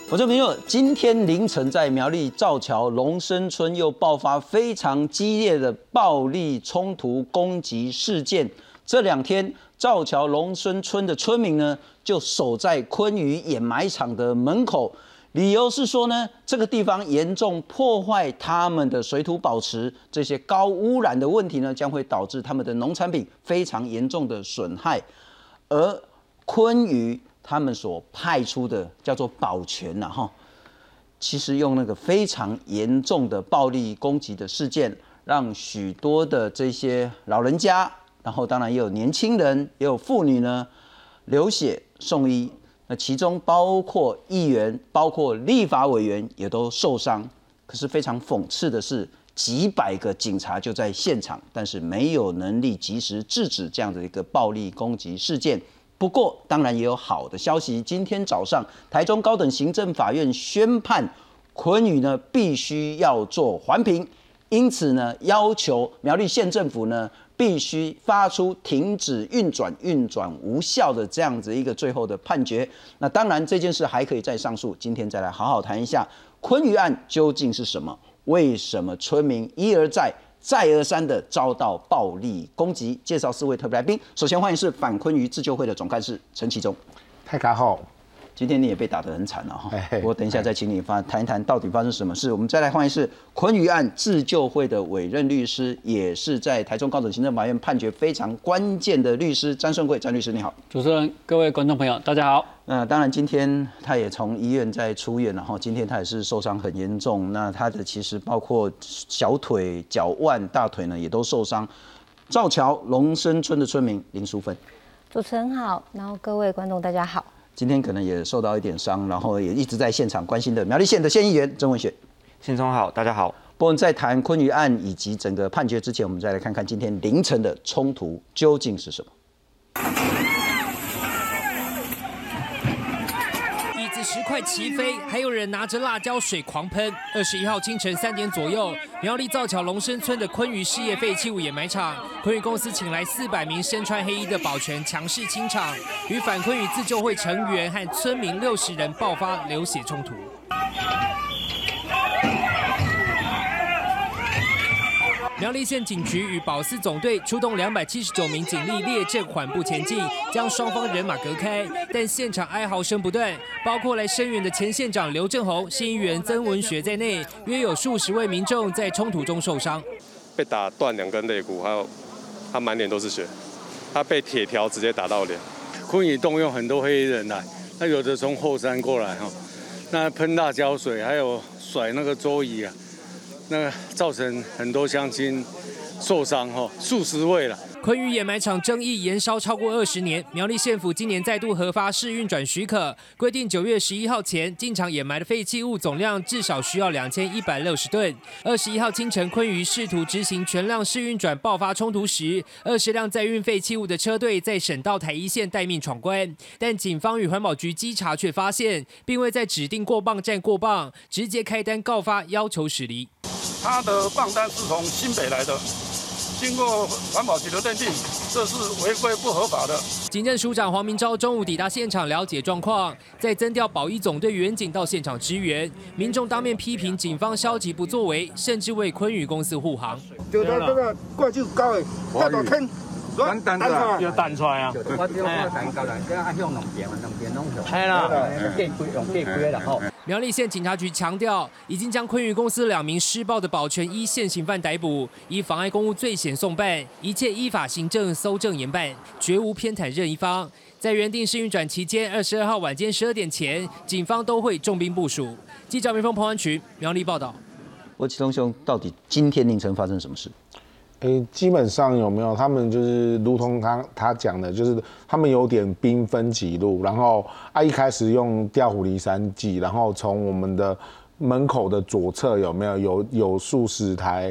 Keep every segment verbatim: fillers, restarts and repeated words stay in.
我这朋友今天凌晨在苗栗造桥龙生村又爆发非常激烈的暴力冲突攻击事件。这两天造桥龙生村的村民呢，就守在昆鱼掩埋场的门口，理由是说呢，这个地方严重破坏他们的水土保持，这些高污染的问题呢，将会导致他们的农产品非常严重的损害。而昆鱼他们所派出的叫做保全呐哈，其实用那个非常严重的暴力攻击的事件，让许多的这些老人家，然后当然也有年轻人，也有妇女呢流血送医。那其中包括议员、包括立法委员也都受伤。可是非常讽刺的是，几百个警察就在现场，但是没有能力及时制止这样的一个暴力攻击事件。不过，当然也有好的消息。今天早上，台中高等行政法院宣判，昆鱼呢必须要做环评，因此呢，要求苗栗县政府呢必须发出停止运转、运转无效的这样子一个最后的判决。那当然，这件事还可以再上诉。今天再来好好谈一下昆鱼案究竟是什么？为什么村民一而再？再而三的遭到暴力攻击。介绍四位特别来宾，首先欢迎是反昆鱼自救会的总干事陈其中。 太卡好， 今天你也被打得很惨了哈，我等一下再请你发谈一谈到底发生什么事。我们再来欢迎是昆鱼案自救会的委任律师，也是在台中高等行政法院判决非常关键的律师詹顺贵，詹律师你好。 主持人、各位观众朋友，大家好。 那当然，今天他也从医院在出院了哈。今天他也是受伤很严重，那他的其实包括小腿、脚腕、大腿呢也都受伤。造桥龙生村的村民林淑芬， 主持人好，然后各位观众大家好。 今天可能也受到一点伤，然后也一直在现场关心的苗栗县的县议员曾文雪， 信中好，大家好。 不过在谈昆鱼案以及整个判决之前，我们再来看看今天凌晨的冲突究竟是什么。 石块齐飞，还有人拿着辣椒水狂喷。二十一号清晨三点左右，苗栗造桥龙生村的昆鱼事业废弃物掩埋场，昆鱼公司请来四百名身穿黑衣的保全强势清场，与反昆鱼自救会成员和村民六十人爆发流血冲突。苗栗县警局与保四总队出动两百七十九名警力列阵缓步前进，将双方人马隔开。但现场哀嚎声不断，包括来声援的前县长刘正宏、县议员曾文学在内，约有数十位民众在冲突中受伤。 被打断两根肋骨，还有他满脸都是血，他被铁条直接打到脸。 昆鱼动用很多黑衣人来，那有的从后山过来哈，那喷辣椒水，还有甩那个桌椅啊。那造成很多乡亲受伤哈，数十位了。 昆鱼掩埋场争议延烧超过二十年，苗栗县府今年再度核发试运转许可，规定九月十一号前进场掩埋的废弃物总量至少需要两千一百六十吨。二十一号清晨，昆鱼试图执行全量试运转爆发冲突时，二十辆载运废弃物的车队在省道台一线待命闯关，但警方与环保局稽查却发现，并未在指定过磅站过磅，直接开单告发，要求驶离。 他的磅单是从新北来的，经过环保局的认定，这是违规不合法的。 警政署长黄明昭中午抵达现场了解状况，再增调保一总队员警到现场支援。民众当面批评警方消极不作为，甚至为昆鱼公司护航。 就他这个怪就高的，那个坑。 单单出来，要单出来啊！ 我只我单交来，这按向两边，两边拢向。 系啦，电规用电规然后。苗栗县警察局强调，已经将昆鱼公司两名施暴的保全依现行犯逮捕，以妨碍公务罪嫌送办，一切依法行政搜证严办，绝无偏袒任一方。在原定试运转期间，二十二号晚间十二点前，警方都会重兵部署。记者明峰、彭安群苗栗报道。 我启东兄，到底今天凌晨发生什么事？ 诶，基本上有没有？他们就是如同他他讲的，就是他们有点兵分几路，然后啊一开始用调虎离山计，然后从我们的门口的左侧有没有有有数十台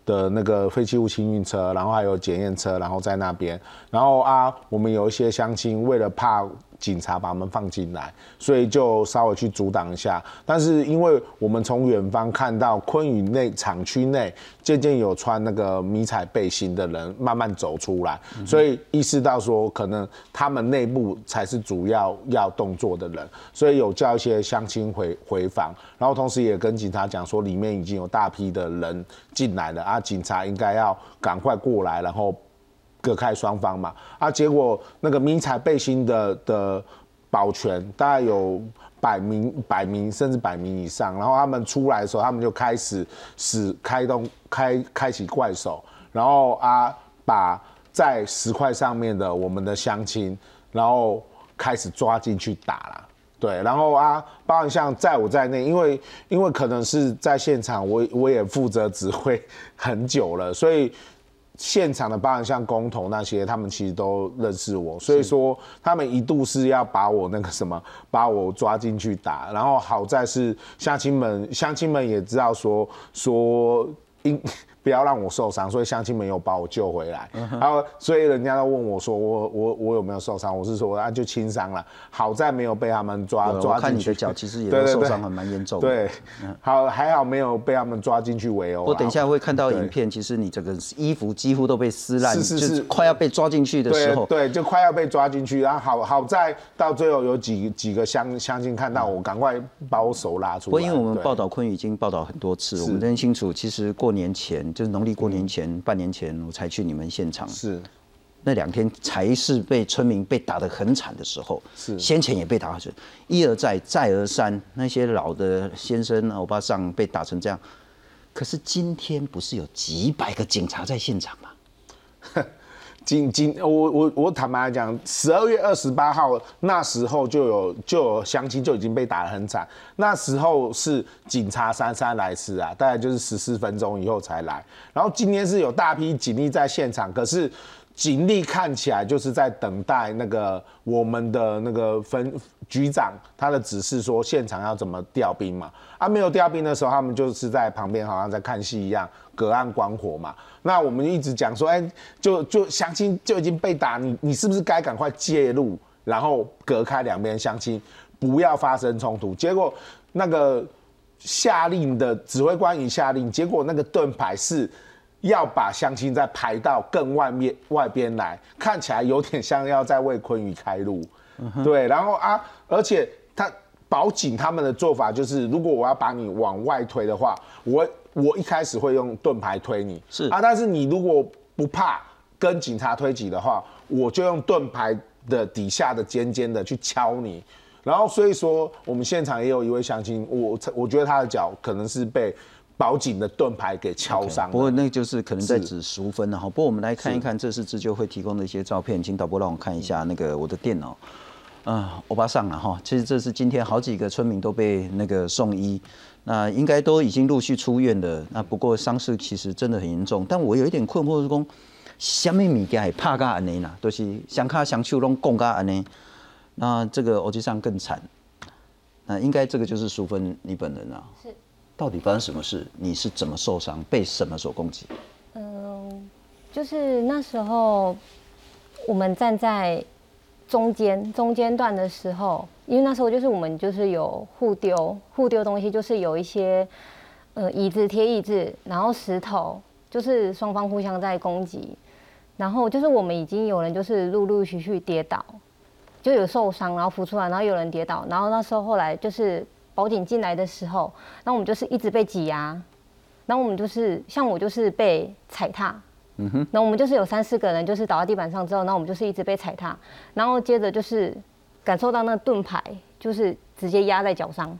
的那个废弃物清运车，然后还有检验车，然后在那边，然后啊，我们有一些乡亲为了怕警察把他们放进来，所以就稍微去阻挡一下。但是因为我们从远方看到昆宇内厂区内渐渐有穿那个迷彩背心的人慢慢走出来，嗯、所以意识到说可能他们内部才是主要要动作的人，所以有叫一些乡亲回回访，然后同时也跟警察讲说里面已经有大批的人进来了啊，警察应该要赶快过来，然后隔开双方嘛，啊，结果那个迷彩背心的的保全大概有百名、百名甚至百名以上，然后他们出来的时候，他们就开始使开动开开启怪手，然后啊把在石块上面的我们的乡亲，然后开始抓进去打了。对，然后啊，包含像在我在内，因为因为可能是在现场我，我我也负责指挥很久了，所以现场的包含像工头那些，他们其实都认识我，所以说他们一度是要把我那个什么，把我抓进去打。然后好在是乡亲们，乡亲们也知道说说应不要让我受伤，所以乡亲们有把我救回来。嗯、然后所以人家都问我说我我我有没有受伤？我是说啊就轻伤了，好在没有被他们抓抓进去。 我看你的脚其实也都受伤，还蛮严重的。 对，嗯、好还好没有被他们抓进去围殴。 我等一下会看到影片，其实你这个衣服几乎都被撕烂， 是是是， 就快要被抓进去的时候， 对，对就快要被抓进去。然后好好在到最后有几几个乡乡亲看到我，赶快把我手拉出来。 不过因为我们报道昆宇已经报道很多次，我们很清楚，其实过年前就是农历过年前。前半年前我才去你们现场， 是那两天才是被村民被打得很惨的时候， 是先前也被打很，一而再再而三，那些老的先生欧巴桑被打成这样，可是今天不是有几百个警察在现场吗？ 今今我我我坦白来讲，十二月二十八号那时候就有就有乡亲就已经被打得很惨，那时候是警察姗姗来迟啊，大概就是十四分钟以后才来。然后今天是有大批警力在现场，可是警力看起来就是在等待那个我们的那个分局长他的指示，说现场要怎么调兵嘛。啊，没有调兵的时候，他们就是在旁边好像在看戏一样，隔岸观火嘛。那我们一直讲说，哎、欸，就就乡亲就已经被打，你你是不是该赶快介入，然后隔开两边乡亲，不要发生冲突？结果那个下令的指挥官一下令，结果那个盾牌是要把乡亲再排到更外面外边来，看起来有点像要在为昆宇开路。嗯、对，然后啊，而且他保警他们的做法就是，如果我要把你往外推的话，我我一开始会用盾牌推你， 是啊，但是你如果不怕跟警察推挤的话，我就用盾牌的底下的尖尖的去敲你。然后所以说，我们现场也有一位乡亲，我我觉得他的脚可能是被保警的盾牌给敲伤。 Okay, 不过那就是可能在指淑芬了哈。不过我们来看一看，这是自救会提供的一些照片，请导播让我看一下那个我的电脑。啊，欧巴桑了哈，其实这是今天好几个村民都被那个送医，那应该都已经陆续出院了。那不过伤势其实真的很严重，但我有一点困惑是讲，什么物件会拍到安尼啦？都、就是双脚双手拢拱到安尼，那这个欧吉桑更惨。那应该这个就是淑芬你本人啊？是。到底发生什么事？你是怎么受伤？被什么所攻击？ 嗯，就是那时候我们站在中间中间段的时候，因为那时候就是我们就是有互丢互丢东西，就是有一些呃椅子贴椅子，然后石头，就是双方互相在攻击，然后就是我们已经有人就是陆陆续续跌倒，就有受伤，然后浮出来，然后有人跌倒，然后那时候后来就是保警进来的时候，然后我们就是一直被挤压，然后我们就是像我就是被踩踏。嗯哼，然后我们就是有三四个人，就是倒在地板上之后，然后我们就是一直被踩踏，然后接着就是感受到那个盾牌，就是直接压在脚上。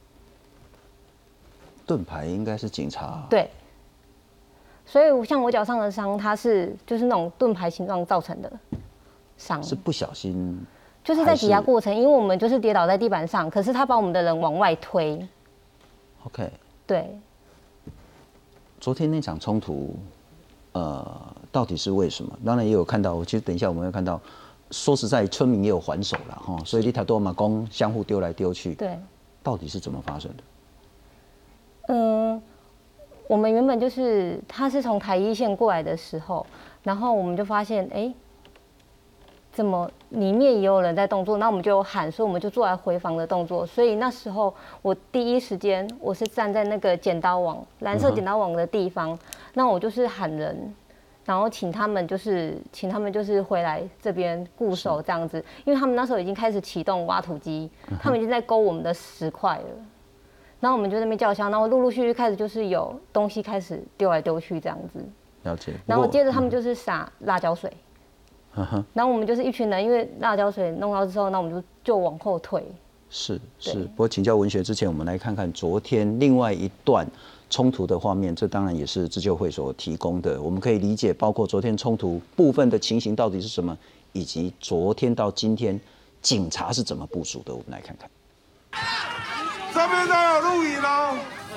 盾牌应该是警察。 对，所以像我脚上的伤，它是就是那种盾牌形状造成的伤。 是不小心？ 就是在挤压过程，因为我们就是跌倒在地板上，可是他把我们的人往外推。 OK。 对。 昨天那场冲突。呃，到底是为什么？当然也有看到，其实等一下我们会看到，说实在，村民也有还手了哈，所以你太多嘛，公相互丢来丢去， 对， 到底是怎么发生的？ 嗯， 我们原本就是他是从台一线过来的时候，然后我们就发现，哎，怎么里面也有人在动作？那我们就有喊，所以我们就做来回防的动作。所以那时候我第一时间我是站在那个剪刀网蓝色剪刀网的地方，嗯、那我就是喊人。然后请他们就是请他们就是回来这边固守这样子，因为他们那时候已经开始启动挖土机，他们已经在勾我们的石块了。然后我们就在那边叫嚣，然后陆陆续续开始就是有东西开始丢来丢去这样子。 了解。 然后接着他们就是撒辣椒水，嗯、然后我们就是一群人，因为辣椒水弄到之后，那我们就就往后退。 是是，不过请教文学之前，我们来看看昨天另外一段冲突的画面，这当然也是自救会所提供的。我们可以理解，包括昨天冲突部分的情形到底是什么，以及昨天到今天警察是怎么部署的。我们来看看。 这边都有录影哦，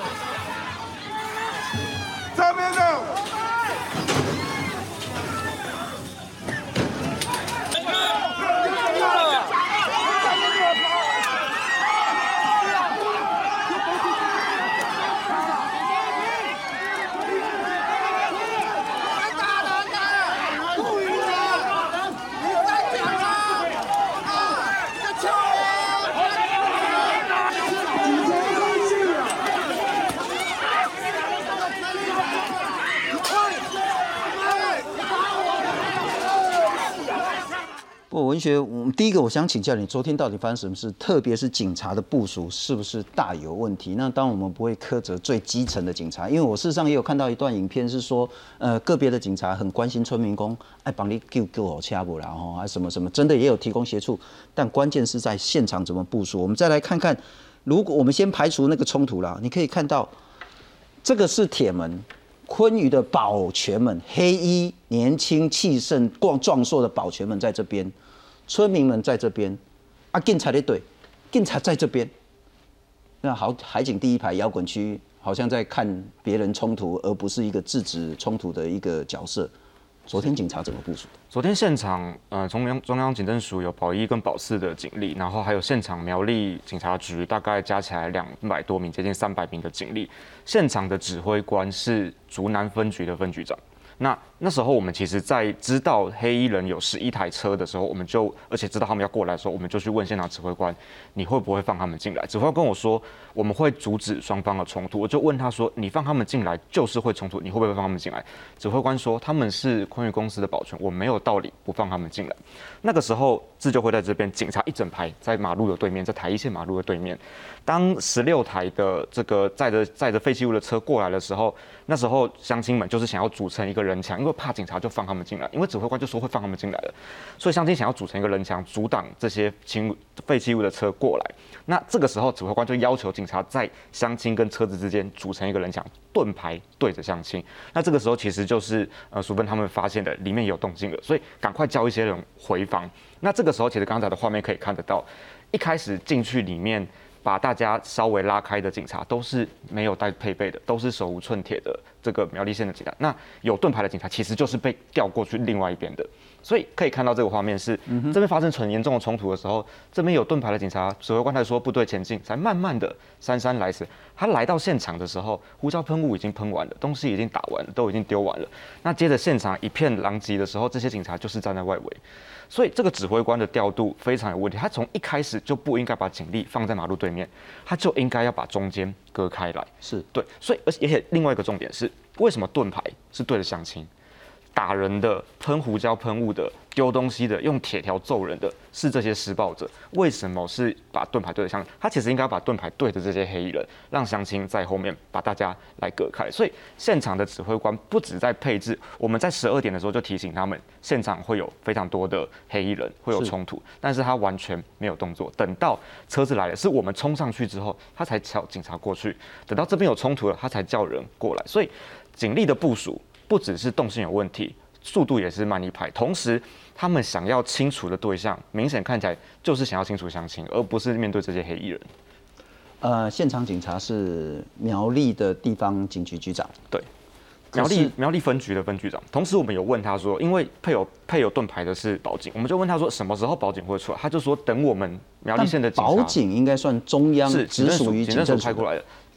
这边的。 不，文学，我第一个我想请教你，昨天到底发生什么事？特别是警察的部署是不是大有问题？那当然我们不会苛责最基层的警察，因为我事实上也有看到一段影片，是说，呃，个别的警察很关心村民工，哎，帮你救救我掐不啦，吼，还什么什么，真的也有提供协助，但关键是在现场怎么部署。我们再来看看，如果我们先排除那个冲突啦，你可以看到，这个是铁门。昆宇的保全们，黑衣、年轻、气盛、壮壮硕的保全们在这边，村民们在这边，啊，警察的队，警察在这边。那好，海警第一排摇滚区好像在看别人冲突，而不是一个制止冲突的一个角色。昨天警察怎么部署？ 昨天现场，呃，中央中央警政署有保一跟保四的警力，然后还有现场苗栗警察局大概加起来两百多名，接近三百名的警力。现场的指挥官是竹南分局的分局长。那那时候我们其实，在知道黑衣人有十一台车的时候，我们就而且知道他们要过来的时候，我们就去问现场指挥官，你会不会放他们进来？指挥官跟我说，我们会阻止双方的冲突。我就问他说，你放他们进来就是会冲突，你会不会放他们进来？指挥官说，他们是昆宇公司的保全，我没有道理不放他们进来。那个时候自救会在这边，警察一整排在马路的对面，在台一线马路的对面。当十六台的这个载着载着废弃物的车过来的时候，那时候乡亲们就是想要组成一个人墙，因为怕警察就放他们进来，因为指挥官就说会放他们进来了，所以乡亲想要组成一个人墙，阻挡这些轻废弃物的车过来。那这个时候指挥官就要求警察在乡亲跟车子之间组成一个人墙，盾牌对着乡亲。那这个时候其实就是呃淑芬他们发现的里面有动静了，所以赶快叫一些人回防。那这个时候其实刚才的画面可以看得到，一开始进去里面把大家稍微拉开的警察都是没有带配备的，都是手无寸铁的这个苗栗县的警察。那有盾牌的警察其实就是被调过去另外一边的，所以可以看到这个画面是、嗯、这边发生很严重的冲突的时候，这边有盾牌的警察，指挥官才说部队前进，才慢慢的姗姗来迟。他来到现场的时候，胡椒喷雾已经喷完了，东西已经打完了，都已经丢完了。那接着现场一片狼藉的时候，这些警察就是站在外围。所以这个指挥官的调度非常有问题，他从一开始就不应该把警力放在马路对面，他就应该要把中间割开来。 是对，所以而且另外一个重点是，为什么盾牌是对着乡亲？打人的、喷胡椒喷雾的、丢东西的、用铁条揍人的，是这些施暴者。为什么是把盾牌对着乡亲？他其实应该把盾牌对着这些黑衣人，让乡亲在后面把大家来隔开。所以现场的指挥官不止在配置，我们在十二点的时候就提醒他们，现场会有非常多的黑衣人，会有冲突，但是他完全没有动作。等到车子来了，是我们冲上去之后，他才叫警察过去。等到这边有冲突了，他才叫人过来。所以警力的部署不只是动性有问题，速度也是慢一拍。同时，他们想要清除的对象，明显看起来就是想要清除乡亲，而不是面对这些黑衣人。 呃，现场警察是苗栗的地方警局局长， 对，苗栗苗栗分局的分局长。同时，我们有问他说，因为配有配有盾牌的是保警，我们就问他说什么时候保警会出来，他就说等我们苗栗县的警察。 保警应该算中央是直属于警政署派过来的。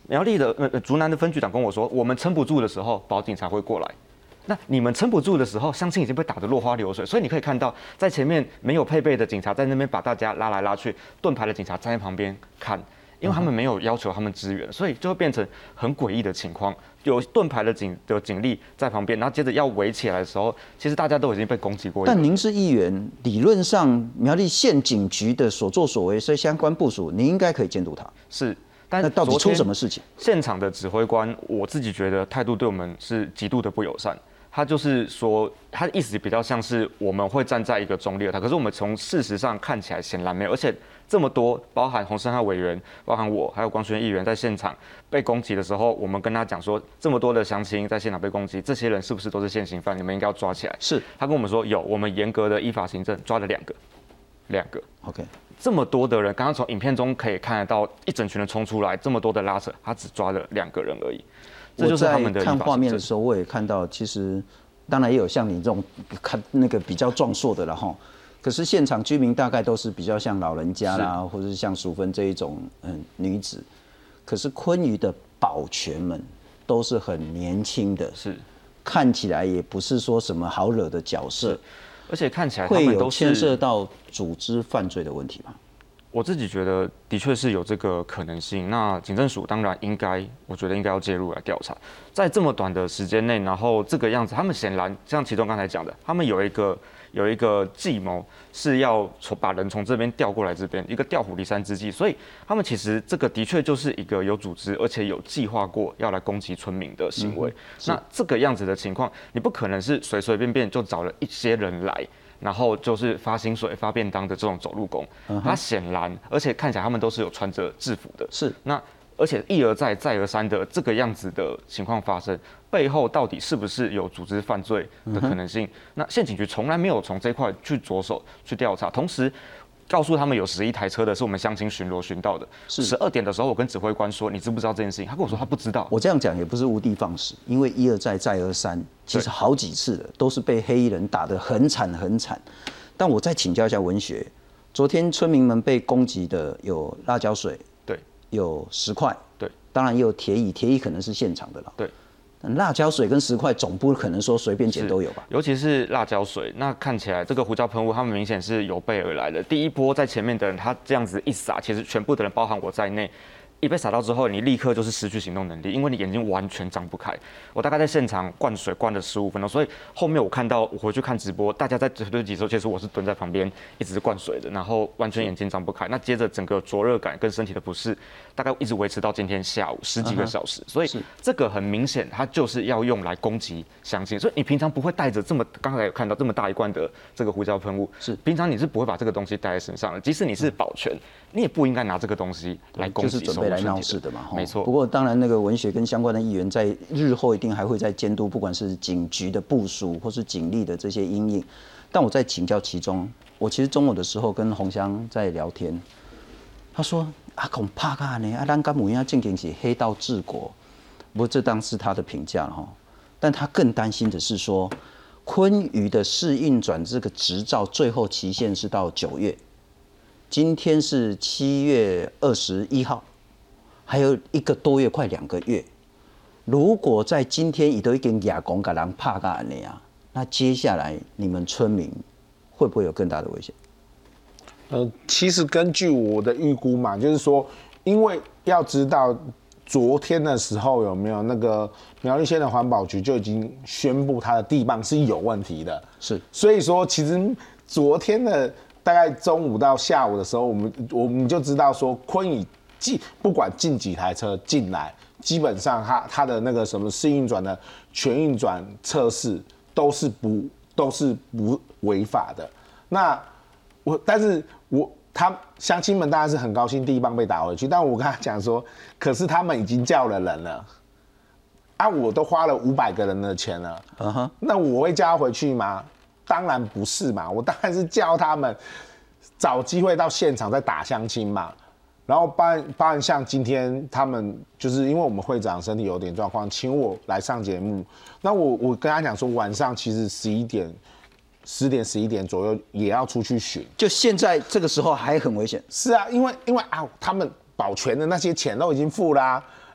苗栗的呃竹南的分局长跟我说，我们撑不住的时候，保警察会过来。那你们撑不住的时候，乡亲已经被打得落花流水，所以你可以看到，在前面没有配备的警察在那边把大家拉来拉去，盾牌的警察站在旁边看。因为他们没有要求他们支援，所以就会变成很诡异的情况。有盾牌的警的警力在旁边，然后接着要围起来的时候，其实大家都已经被攻击过。 但您是议员，理论上苗栗县警局的所作所为，所以相关部署，您应该可以监督他。 是，但那到底出什么事情？ 现场的指挥官，我自己觉得态度对我们是极度的不友善。他就是说，他的意思比较像是我们会站在一个中立的他，可是我们从事实上看起来显然没有，而且这么多，包含洪胜汉委员，包含我，还有光轩议员在现场被攻击的时候，我们跟他讲说，这么多的乡亲在现场被攻击，这些人是不是都是现行犯？你们应该要抓起来。 是， 他跟我们说有，我们严格的依法行政抓了两个，两个。 OK， 这么多的人，刚刚从影片中可以看得到，一整群人冲出来，这么多的拉扯，他只抓了两个人而已。这就是他们的依法行政。 我在看画面的时候，我也看到，其实当然也有像你这种看那个比较壮硕的了哈。可是现场居民大概都是比较像老人家啦，或者是像淑芬这一种嗯女子。可是昆榆的保全们都是很年轻的， 是看起来也不是说什么好惹的角色， 而且看起来他会们都是有牵涉到组织犯罪的问题吗？ 我自己觉得的确是有这个可能性。那警政署当然应该，我觉得应该要介入来调查。在这么短的时间内，然后这个样子，他们显然像其中刚才讲的，他们有一个有一个计谋是要从把人从这边调过来这边，一个调虎离山之计。所以他们其实这个的确就是一个有组织而且有计划过要来攻击村民的行为。嗯、那这个样子的情况，你不可能是随随便便就找了一些人来。然后就是发薪水、发便当的这种走路工，嗯、他显然，而且看起来他们都是有穿着制服的。 是， 那而且一而再、再而三的这个样子的情况发生，背后到底是不是有组织犯罪的可能性？嗯、那县警局从来没有从这块去着手去调查，同时。告诉他们有十一台车的是我们乡亲巡逻巡到的。是十二点的时候，我跟指挥官说：“你知不知道这件事情？”他跟我说他不知道。 我这样讲也不是无的放矢，因为一而再再而三，其实好几次的都是被黑衣人打得很惨很惨。但我再请教一下文学，昨天村民们被攻击的有辣椒水， 对， 有石块， 对， 当然也有铁椅，铁椅可能是现场的了， 对。 辣椒水跟石块总不可能说随便捡都有吧？ 尤其是辣椒水，那看起来这个胡椒喷雾，他们明显是有备而来的。第一波在前面的人，他这样子一撒，其实全部的人，包含我在内，一被撒到之后，你立刻就是失去行动能力，因为你眼睛完全张不开。我大概在现场灌水灌了十五分钟，所以后面我看到我回去看直播，大家在对击的时候，其实我是蹲在旁边一直灌水的，然后完全眼睛张不开。那接着整个灼热感跟身体的不适，大概一直维持到今天下午十几个小时。所以这个很明显，它就是要用来攻击乡亲。所以你平常不会带着这么刚才有看到这么大一罐的这个胡椒喷雾，是平常你是不会把这个东西带在身上的。即使你是保全，你也不应该拿这个东西来攻击。 就是来闹事的嘛， 没错。 不过当然，那个文学跟相关的议员在日后一定还会在监督，不管是警局的部署或是警力的这些因应。但我在请教其中，我其实中午的时候跟洪香在聊天，他说啊，恐怕干呢，啊，咱干母要正经是黑道治国，不过这当是他的评价了哈。但他更担心的是说，昆榆的试运转这个执照最后期限是到九月，今天是七月二十一号。还有一个多月，快两个月。如果在今天伊都已经亚公给人怕干那样，那接下来你们村民会不会有更大的危险？ 呃，其实根据我的预估嘛，就是说，因为要知道昨天的时候有没有那个苗栗县的环保局就已经宣布它的地磅是有问题的， 是， 所以说其实昨天的大概中午到下午的时候，我们我们就知道说昆榆。不管进几台车进来，基本上它它的那个什么试运转的全运转测试都是不都是不违法的。那我但是我他乡亲们当然是很高兴地磅被打回去，但我跟他讲说，可是他们已经叫了人了，啊，我都花了五百个人的钱了，嗯哼，那我会叫他回去吗？当然不是嘛，我当然是叫他们找机会到现场再打乡亲嘛。然后包含包含像今天他们就是因为我们会长身体有点状况，请我来上节目。那我我跟他讲说，晚上其实十一点、十点、十一点左右也要出去巡。 就现在这个时候还很危险。 是啊，因为因为啊，他们保全的那些钱都已经付啦、啊，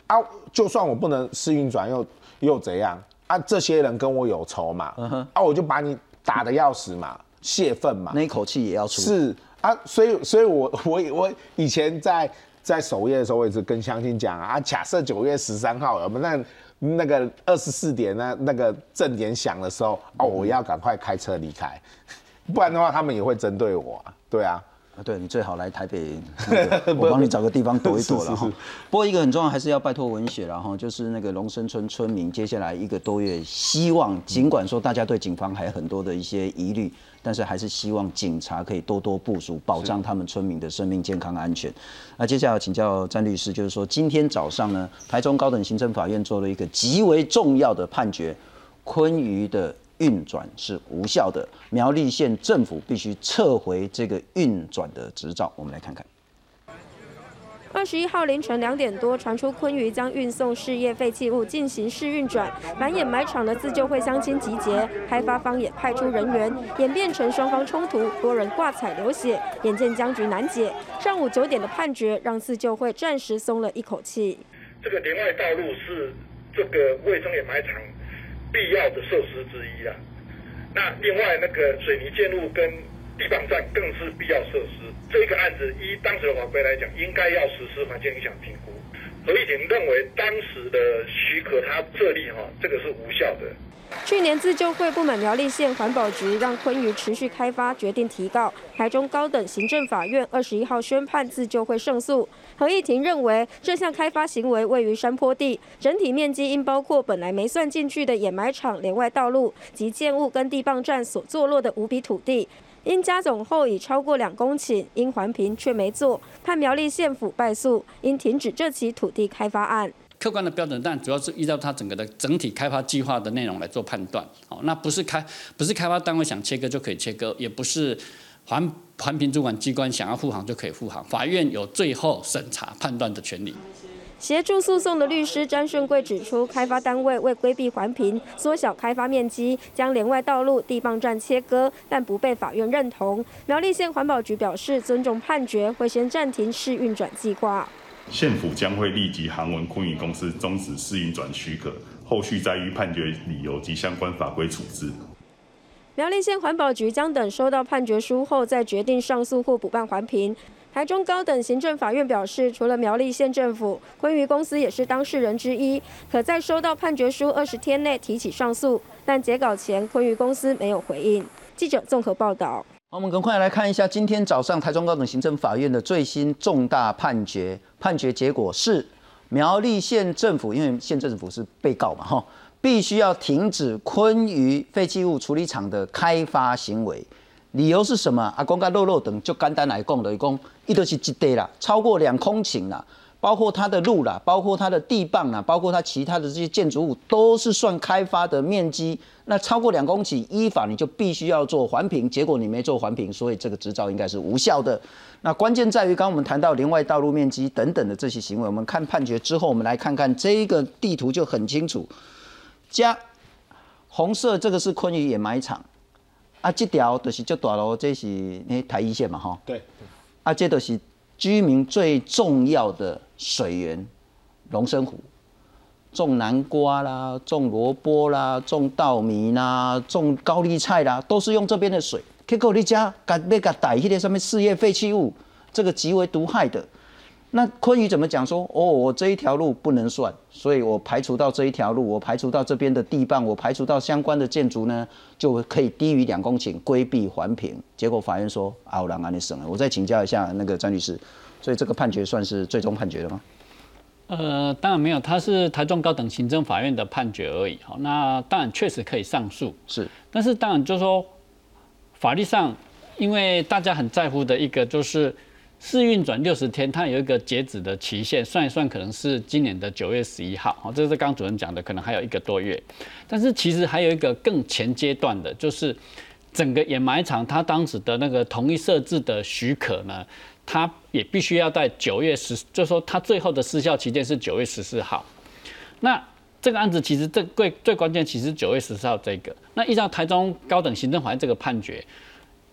啊，就算我不能试运转又又怎样啊？这些人跟我有仇嘛，嗯、啊，我就把你打得要死嘛，泄愤嘛， 那一口气也要出。 是啊，所以所以我我我以前在在首页的时候，我也是跟乡亲讲啊，假设九月十三号，我们那。那个二十四点那那个正点响的时候，哦，我要赶快开车离开，不然的话他们也会针对我啊。对啊， 啊，对你最好来台北，那个、我帮你找个地方躲一躲了哈。不过一个很重要，还是要拜托文雪了哈，就是那个龙生村村民，接下来一个多月，希望尽管说大家对警方还有很多的一些疑虑，但是还是希望警察可以多多部署，保障他们村民的生命健康安全。那接下来请教詹律师，就是说今天早上呢，台中高等行政法院做了一个极为重要的判决，昆榆的运转是无效的，苗栗县政府必须撤回这个运转的执照。我们来看看。 二十一号凌晨两点多，传出昆榆将运送事业废弃物进行试运转，满掩埋场的自救会乡亲集结，开发方也派出人员，演变成双方冲突，多人挂彩流血，眼见僵局难解。上午九点的判决让自救会暂时松了一口气。 这个连外道路是这个卫生掩埋场必要的设施之一啊。那另外那个水泥建路跟地磅站更是必要设施。这个案子依当时的法规来讲，应该要实施环境影响评估。合议庭认为当时的许可他设立哈，这个是无效的。 去年自救会不满苗栗县环保局让昆榆持续开发，决定提告。台中高等行政法院二十一号宣判自救会胜诉。合议庭认为这项开发行为位于山坡地，整体面积应包括本来没算进去的掩埋场、连外道路及建物跟地磅站所坐落的五笔土地。因加总后已超过两公顷，因环评却没做，判苗栗县府败诉，应停止这起土地开发案。 客观的标准，但主要是依照它整个的整体开发计划的内容来做判断。哦，那不是开不是开发单位想切割就可以切割，也不是环环评主管机关想要复航就可以复航，法院有最后审查判断的权利。 协助诉讼的律师詹顺贵指出，开发单位为规避环评，缩小开发面积，将连外道路、地磅站切割，但不被法院认同。苗栗县环保局表示尊重判决，会先暂停试运转计划。 县府将会立即函文昆榆公司终止试运转许可，后续再依判决理由及相关法规处置。 苗栗县环保局将等收到判决书后，再决定上诉或补办环评。台中高等行政法院表示，除了苗栗县政府，昆榆公司也是当事人之一，可在收到判决书二十天内提起上诉。但截稿前，昆榆公司没有回应。记者综合报道。 我们赶快来看一下今天早上台中高等行政法院的最新重大判决。判决结果是，苗栗县政府，因为县政府是被告嘛，哈，必须要停止昆榆废弃物处理厂的开发行为。理由是什么？啊，讲甲肉肉等，就简单来讲，就是讲，伊就是一地啦，超过两公顷啦，包括它的路啦，包括它的地磅啦，包括它其他的这些建筑物，都是算开发的面积。那超过两公顷，依法你就必须要做环评，结果你没做环评，所以这个执照应该是无效的。那关键在于，刚刚我们谈到连外道路面积等等的这些行为，我们看判决之后，我们来看看这一个地图就很清楚。加红色这个是昆榆掩埋场。啊，这条就是最大路，这是那台一线嘛，哈。 对。 啊，这都是居民最重要的水源，龙生湖。种南瓜啦，种萝卜啦，种稻米啦，种高丽菜啦，都是用这边的水。结果你家甲要甲逮迄个什么事业废弃物，这个极为毒害的。那昆榆怎么讲说？哦，我这一条路不能算，所以我排除到这一条路，我排除到这边的地磅，我排除到相关的建筑呢，就可以低于两公顷，规避环评。结果法院说啊，我让安尼省了。我再请教一下那个詹律师，所以这个判决算是最终判决了吗？ 呃，当然没有，它是台中高等行政法院的判决而已。好，那当然确实可以上诉， 是， 但是当然就是说，法律上，因为大家很在乎的一个就是。试运转六十天，它有一个截止的期限，算一算可能是今年的九月十一号，哦，这是刚刚主任讲的，可能还有一个多月。但是其实还有一个更前阶段的，就是整个掩埋场它当时的那个同一设置的许可呢，它也必须要在九月十，就是说它最后的失效期限是九月十四号。那这个案子其实这最最关键，其实九月十四号这个。那依照台中高等行政法院这个判决。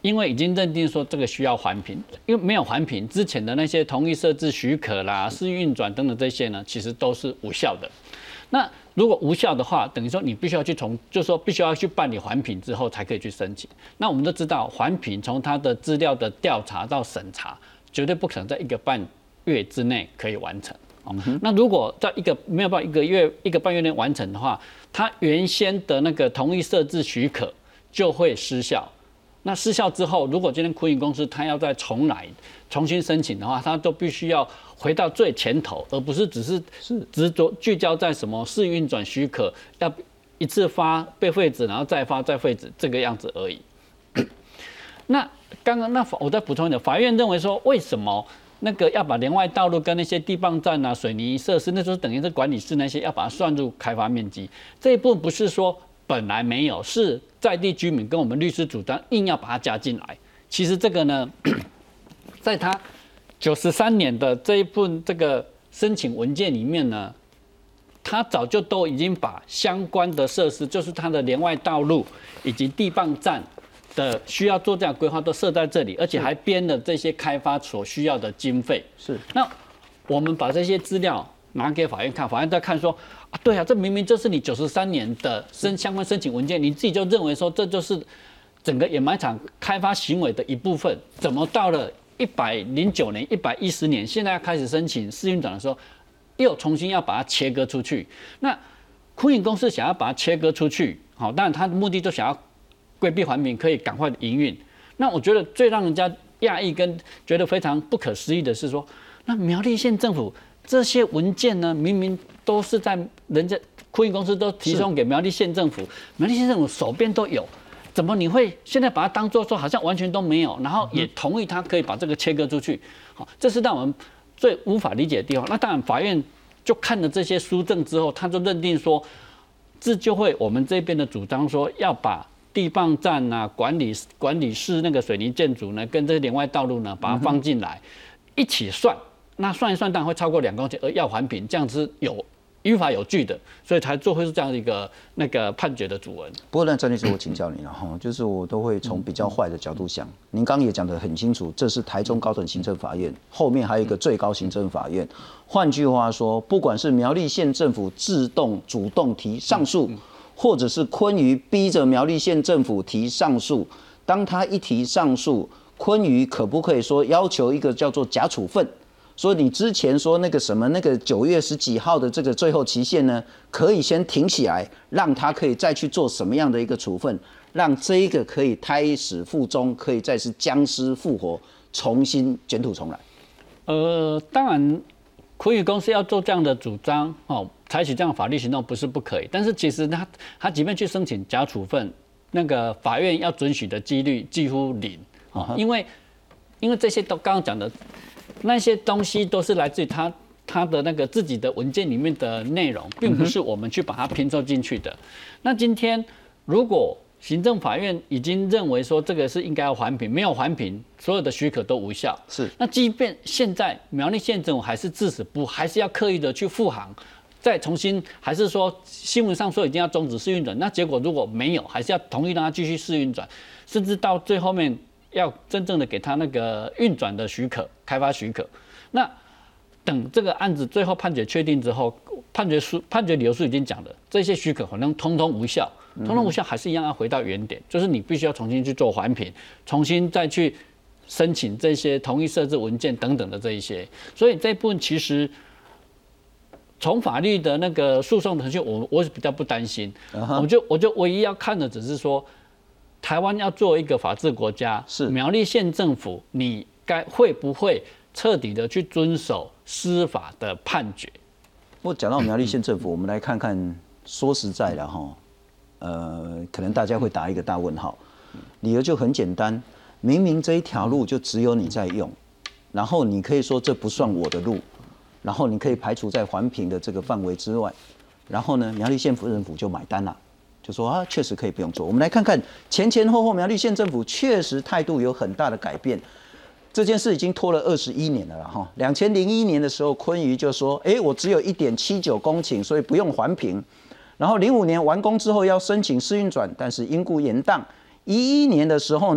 因为已经认定说这个需要环评，因为没有环评之前的那些同意设置许可啦、试运转等等这些呢，其实都是无效的。那如果无效的话，等于说你必须要去从，就是说必须要去办理环评之后才可以去申请。那我们都知道，环评从它的资料的调查到审查，绝对不可能在一个半月之内可以完成。嗯、那如果在一个没有办法一个月、一个半月内完成的话，它原先的那个同意设置许可就会失效。那失效之后，如果今天空运公司它要再重来、重新申请的话，它都必须要回到最前头，而不是只是执着聚焦在什么试运转许可要一次发被废止，然后再发再废止这个样子而已。那刚刚那我再补充一点，法院认为说，为什么那个要把连外道路跟那些地磅站啊、水泥设施，那就是等于是管理室那些要把它算入开发面积，这一部分不是说本来没有，是在地居民跟我们律师主张硬要把它加进来。其实这个呢，在他九十三年的这一份这个申请文件里面呢，他早就都已经把相关的设施，就是它的连外道路以及地磅站的需要做这样规划都设在这里，而且还编了这些开发所需要的经费。 是， 那我们把这些资料拿给法院看，法院在看说，啊，对啊，这明明就是你九十三年的申相关申请文件，你自己就认为说这就是整个掩埋场开发行为的一部分，怎么到了一百零九年、一百一十年，现在要开始申请试运转的时候，又重新要把它切割出去？那空运公司想要把它切割出去，好，当然他的目的就想要规避环评，可以赶快营运。那我觉得最让人家讶异跟觉得非常不可思议的是说，那苗栗县政府这些文件呢，明明都是在人家空运公司都提供给苗栗县政府，苗栗县政府手边都有，怎么你会现在把它当作说好像完全都没有，然后也同意他可以把这个切割出去？好，这是让我们最无法理解的地方。那当然，法院就看了这些书证之后，他就认定说，这就会我们这边的主张说要把地磅站啊、管理管理室那个水泥建筑呢，跟这些连外道路呢，把它放进来，一起算。那算一算，当然会超过两公顷，而要环评，这样子有依法有据的，所以才做会是这样的一个那个判决的主文。 不过，那张律师，我请教你了哈，就是我都会从比较坏的角度想。您刚刚也讲得很清楚，这是台中高等行政法院，后面还有一个最高行政法院。换句话说，不管是苗栗县政府自动主动提上诉，或者是昆瑜逼着苗栗县政府提上诉，当他一提上诉，昆瑜可不可以说要求一个叫做假处分？说你之前说那个什么那个九月十几号的这个最后期限呢，可以先停起来，让他可以再去做什么样的一个处分，让这一个可以胎死腹中，可以再是僵尸复活，重新卷土重来。 呃，当然，昆宇公司要做这样的主张哦，采取这样的法律行动不是不可以，但是其实他他即便去申请假处分，那个法院要准许的几率几乎零啊、哦，因为因为这些都刚刚讲的。那些东西都是来自于他他的那个自己的文件里面的内容，并不是我们去把它拼凑进去的。那今天如果行政法院已经认为说这个是应该要环评，没有环评，所有的许可都无效。 是。 那即便现在苗栗县政府还是至死不，还是要刻意的去复航，再重新，还是说新闻上说已经要终止试运转，那结果如果没有，还是要同意让他继续试运转，甚至到最后面。要真正的给他那个运转的许可、开发许可，那等这个案子最后判决确定之后，判决书、判决理由书已经讲了，这些许可可能通通无效，通通无效还是一样要回到原点，就是你必须要重新去做环评，重新再去申请这些同意设置文件等等的这一些，所以这部分其实从法律的那个诉讼程序，我我是比较不担心， uh-huh. 我就我就唯一要看的只是说。台湾要做一个法治国家，是苗栗县政府，你该会不会彻底的去遵守司法的判决？ 我讲到苗栗县政府，我们来看看，说实在的哈，呃，可能大家会打一个大问号，理由就很简单，明明这一条路就只有你在用，然后你可以说这不算我的路，然后你可以排除在环评的这个范围之外，然后呢，苗栗县政府就买单了。就说啊，确实可以不用做。我们来看看前前后后，苗栗县政府确实态度有很大的改变。这件事已经拖了二十一年了哈。两千零一年的时候，昆瑜就说，哎，我只有一点七九公顷，所以不用环评。然后零五年完工之后要申请试运转，但是因故延宕。一一年的时候呢，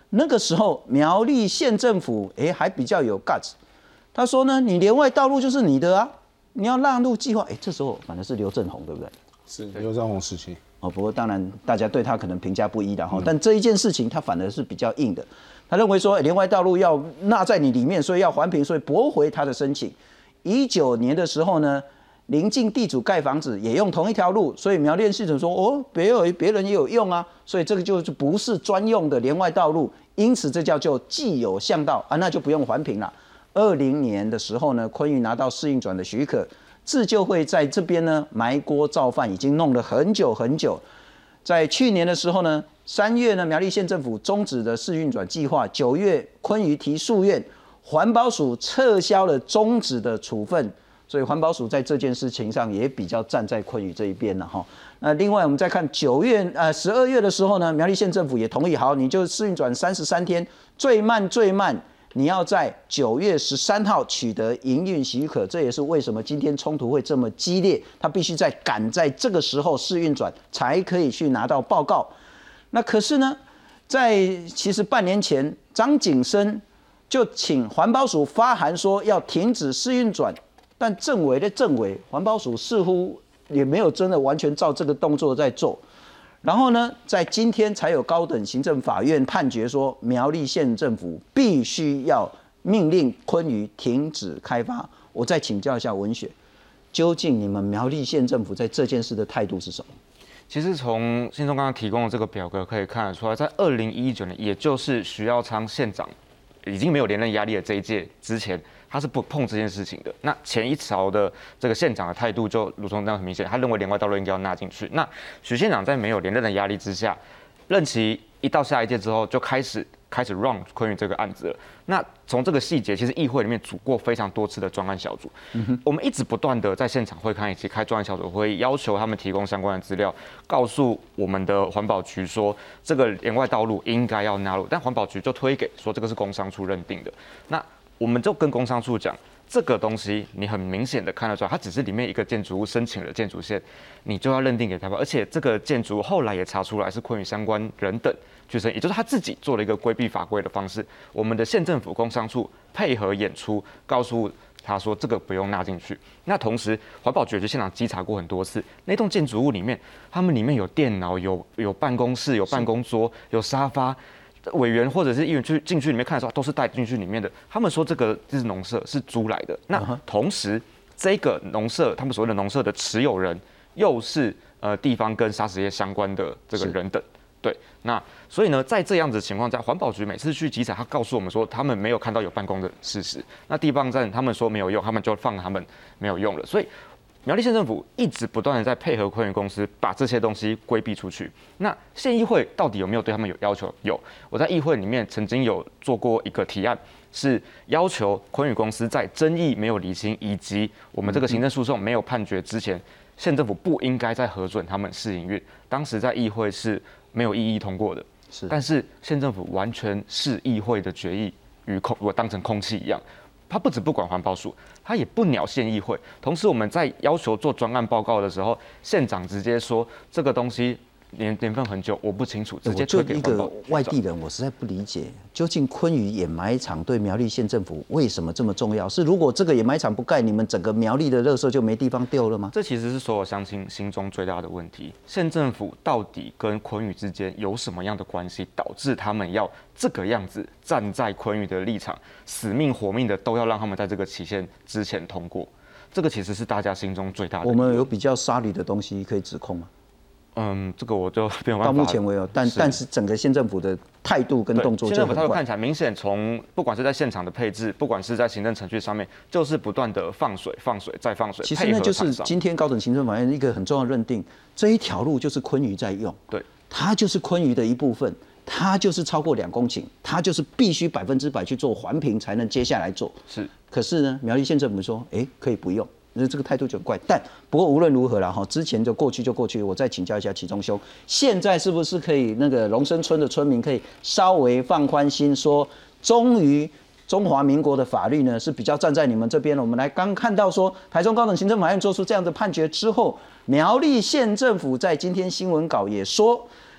那个时候苗栗县政府哎还比较有 guts， 他说呢，你连外道路就是你的啊，你要让路计划，哎，这时候反而是刘正宏，对不对？ 是刘正宏时期。 哦，不过当然大家对他可能评价不一的哈，但这一件事情他反而是比较硬的，他认为说连外道路要纳在你里面，所以要环评，所以驳回他的申请。一九年的时候呢，邻近地主盖房子也用同一条路，所以苗栗县政说哦，别有别人也有用啊，所以这个就不是专用的连外道路，因此这叫做既有巷道啊，那就不用环评了。二零年的时候呢，昆宇拿到试运转的许可。自救会在这边呢埋锅造饭，已经弄了很久很久。在去年的时候呢，三月呢苗栗县政府终止的试运转计划，九月昆宇提诉愿，环保署撤销了终止的处分，所以环保署在这件事情上也比较站在昆宇这一边了哈。那另外我们再看九月呃十二月的时候呢，苗栗县政府也同意，好，你就试运转三十三天，最慢最慢。你要在九月十三号取得营运许可，这也是为什么今天冲突会这么激烈。他必须在赶在这个时候试运转，才可以去拿到报告。那可是呢，在其实半年前，张景生就请环保署发函说要停止试运转，但政委的政委，环保署似乎也没有真的完全照这个动作在做。然后呢，在今天才有高等行政法院判决说，苗栗县政府必须要命令昆宇停止开发。我再请教一下文雪，究竟你们苗栗县政府在这件事的态度是什么？ 其实从信中刚刚提供的这个表格可以看得出来，在二零一九年，也就是徐耀昌县长已经没有连任压力的这一届之前，他是不碰这件事情的。那前一朝的这个县长的态度就如同这样很明显，他认为连外道路应该要纳进去。那许县长在没有连任的压力之下，任期一到下一届之后，就开始开始 run 昆宇这个案子了。那从这个细节，其实议会里面组过非常多次的专案小组，嗯、我们一直不断的在现场会看以及开专案小组会议，要求他们提供相关的资料，告诉我们的环保局说这个连外道路应该要纳入，但环保局就推给说这个是工商处认定的。那我们就跟工商处讲，这个东西你很明显的看得出来，它只是里面一个建筑物申请了建筑线，你就要认定给他吧。而且这个建筑后来也查出来是昆宇相关人等去申，也就是他自己做了一个规避法规的方式。我们的县政府工商处配合演出，告诉他说这个不用纳进去。那同时环保局去现场稽查过很多次，那栋建筑物里面，他们里面有电脑、有有办公室、有办公桌、有沙发。委员或者是议员去进去里面看的时候，都是带进去里面的。他们说这个是农舍是租来的。那同时，这个农舍他们所谓的农舍的持有人，又是呃地方跟砂石业相关的这个人等。对，那所以呢，在这样子的情况下，环保局每次去稽查，他告诉我们说他们没有看到有办公的事实。那地方站他们说没有用，他们就放他们没有用了。所以苗栗县政府一直不断的在配合昆宇公司把这些东西规避出去。那县议会到底有没有对他们有要求？有，我在议会里面曾经有做过一个提案，是要求昆宇公司在争议没有厘清以及我们这个行政诉讼没有判决之前，县政府不应该再核准他们试营运。当时在议会是没有异议通过的，是，但是县政府完全视议会的决议与空我当成空气一样。他不止不管环保署，他也不鸟县议会。同时，我们在要求做专案报告的时候，县长直接说这个东西年年份很久，我不清楚，直接推给环保。 一个外地人，我实在不理解，究竟昆宇掩埋场对苗栗县政府为什么这么重要？是如果这个掩埋场不盖，你们整个苗栗的垃圾就没地方丢了吗？ 这其实是所有乡亲心中最大的问题。县政府到底跟昆宇之间有什么样的关系，导致他们要这个样子站在昆宇的立场，死命活命的都要让他们在这个期限之前通过？这个其实是大家心中最大的。 我们有比较沙里的东西可以指控吗？ 嗯，这个我就没有办法。 到目前为止，但但是整个县政府的态度跟动作就很怪。县政府态度看起来明显，从不管是在现场的配置，不管是在行政程序上面，就是不断的放水、放水再放水。 其实那就是今天高等行政法院一个很重要的认定，这一条路就是昆宇在用，对，它就是昆宇的一部分，它就是超过两公顷，它就是必须百分之百去做环评才能接下来做。 是， 可是呢，苗栗县政府说，哎、欸，可以不用。这个态度就很怪，但不过无论如何啦，哈，之前就过去就过去。我再请教一下启忠兄，现在是不是可以那个龙生村的村民可以稍微放宽心，说终于中华民国的法律呢是比较站在你们这边了。我们来刚看到说，台中高等行政法院做出这样的判决之后，苗栗县政府在今天新闻稿也说，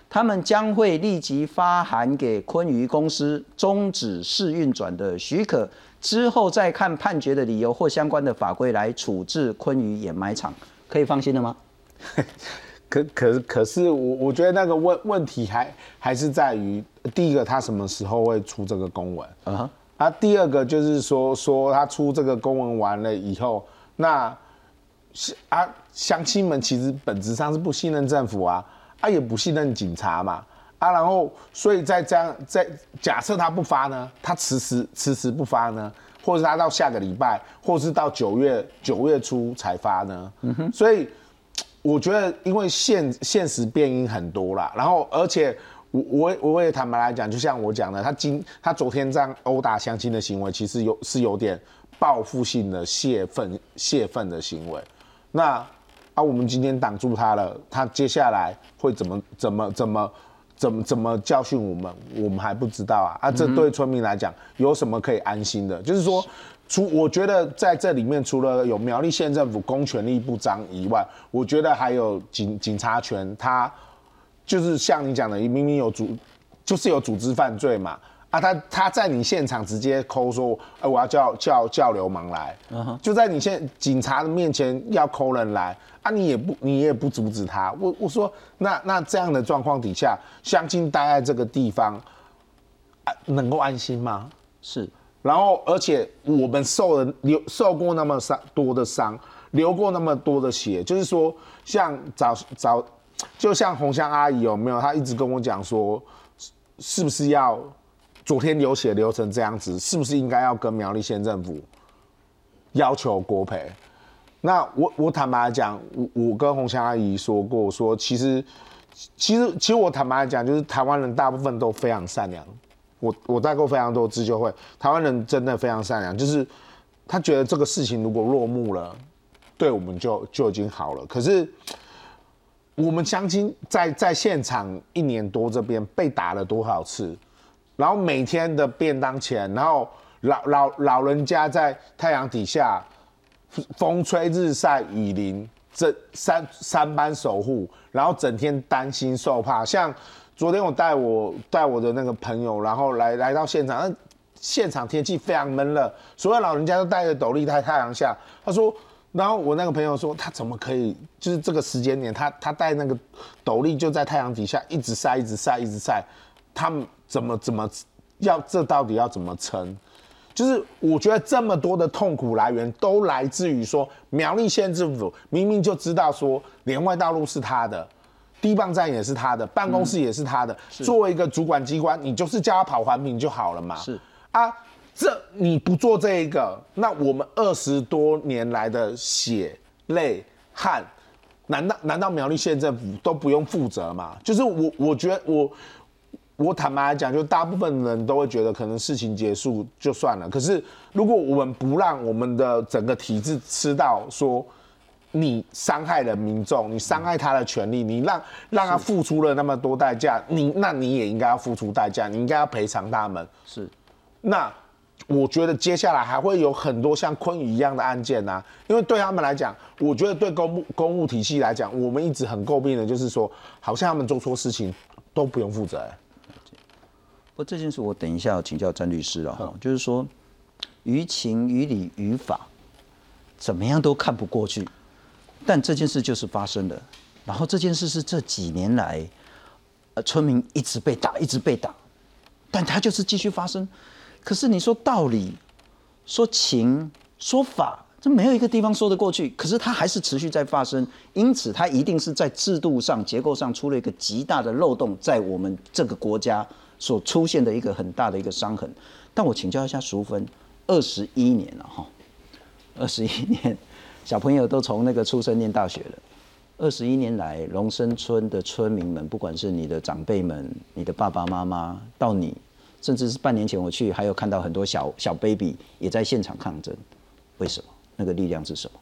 他们将会立即发函给昆瑜公司终止试运转的许可，之后再看判决的理由或相关的法规来处置昆瑜掩埋场，可以放心了吗？ 可可可是我我觉得那个问问题还还是在于，第一个他什么时候会出这个公文啊？啊，第二个就是说说他出这个公文完了以后，那啊乡亲们其实本质上是不信任政府啊，啊也不信任警察嘛，啊然后所以在这样在假设他不发呢，他迟迟迟迟不发呢，或者是他到下个礼拜，或是到九月九月初才发呢，嗯哼，所以。我觉得，因为现现实变因很多啦，然后而且我我我也坦白来讲，就像我讲的，他今他昨天这样殴打乡亲的行为，其实有是有点报复性的泄愤泄愤的行为。那啊，我们今天挡住他了，他接下来会怎么怎么怎么怎么怎么教训我们，我们还不知道啊。啊，这对村民来讲有什么可以安心的？就是说。除我觉得在这里面，除了有苗栗县政府公权力不彰以外，我觉得还有警警察权，他就是像你讲的，明明有组，就是有组织犯罪嘛，啊，他他在你现场直接扣说，哎、欸，我要叫叫叫流氓来， uh-huh. 就在你现警察的面前要扣人来，啊，你也不你也不阻止他，我我说那那这样的状况底下，乡亲待在这个地方，啊，能够安心吗？ 是。 然后，而且我们受了流受过那么伤多的伤，流过那么多的血，就是说，像早早，就像红香阿姨有没有？她一直跟我讲说，是不是要昨天流血流成这样子，是不是应该要跟苗栗县政府要求国赔？那我我坦白来讲，我我跟红香阿姨说过，说其实其实其实我坦白来讲，就是台湾人大部分都非常善良。我我带过非常多自救会，台湾人真的非常善良，就是他觉得这个事情如果落幕了，对我们就就已经好了。可是我们乡亲在在现场一年多这边被打了多少次，然后每天的便当钱，然后老老老人家在太阳底下风吹日晒雨淋，这三三班守护，然后整天担心受怕，像。昨天我带我带我的那个朋友，然后来来到现场，那现场天气非常闷热，所有老人家都戴着斗笠在太阳下。他说，然后我那个朋友说，他怎么可以，就是这个时间点，他他戴那个斗笠就在太阳底下一直晒，一直晒，一直晒，他们怎么怎么要这到底要怎么撑？就是我觉得这么多的痛苦来源都来自于说，苗栗县政府明明就知道说联外道路是他的。地磅站也是他的，办公室也是他的。嗯、作为一个主管机关，你就是叫他跑环评就好了嘛。 是啊，这你不做这一个，那我们二十多年来的血泪汗，难道难道苗栗县政府都不用负责吗？就是我我觉得我我坦白来讲，就大部分人都会觉得可能事情结束就算了。可是如果我们不让我们的整个体制吃到说。你伤害了民众，你伤害他的权利，你让让他付出了那么多代价，你那你也应该要付出代价，你应该要赔偿他们。 是， 那我觉得接下来还会有很多像昆宇一样的案件啊，因为对他们来讲，我觉得对公务公务体系来讲，我们一直很诟病的就是说，好像他们做错事情都不用负责、欸。 不，这件事我等一下要请教詹律师了哈，就是说，于情于理于法，怎么样都看不过去。但这件事就是发生了，然后这件事是这几年来，呃，村民一直被打，一直被打，但它就是继续发生。可是你说道理，说情，说法，这没有一个地方说得过去。可是它还是持续在发生，因此它一定是在制度上、结构上出了一个极大的漏洞，在我们这个国家所出现的一个很大的一个伤痕。但我请教一下淑芬，二十一年了哈，二十一年。小朋友都从那个出生念大学了。二十一年来，龙生村的村民们，不管是你的长辈们、你的爸爸妈妈，到你，甚至是半年前我去，还有看到很多小小 baby 也在现场抗争。为什么？那个力量是什么？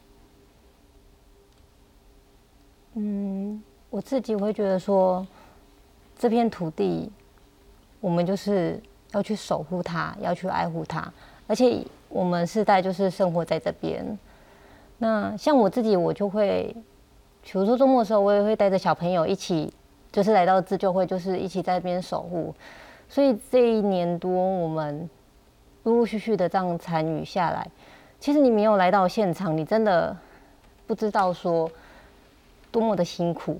嗯，我自己会觉得说，这片土地，我们就是要去守护它，要去爱护它，而且我们世代就是生活在这边。那像我自己，我就会，比如说周末的时候，我也会带着小朋友一起就是来到自救会，就是一起在那边守护。所以这一年多，我们陆陆续续的这样参与下来，其实你没有来到现场，你真的不知道说多么的辛苦。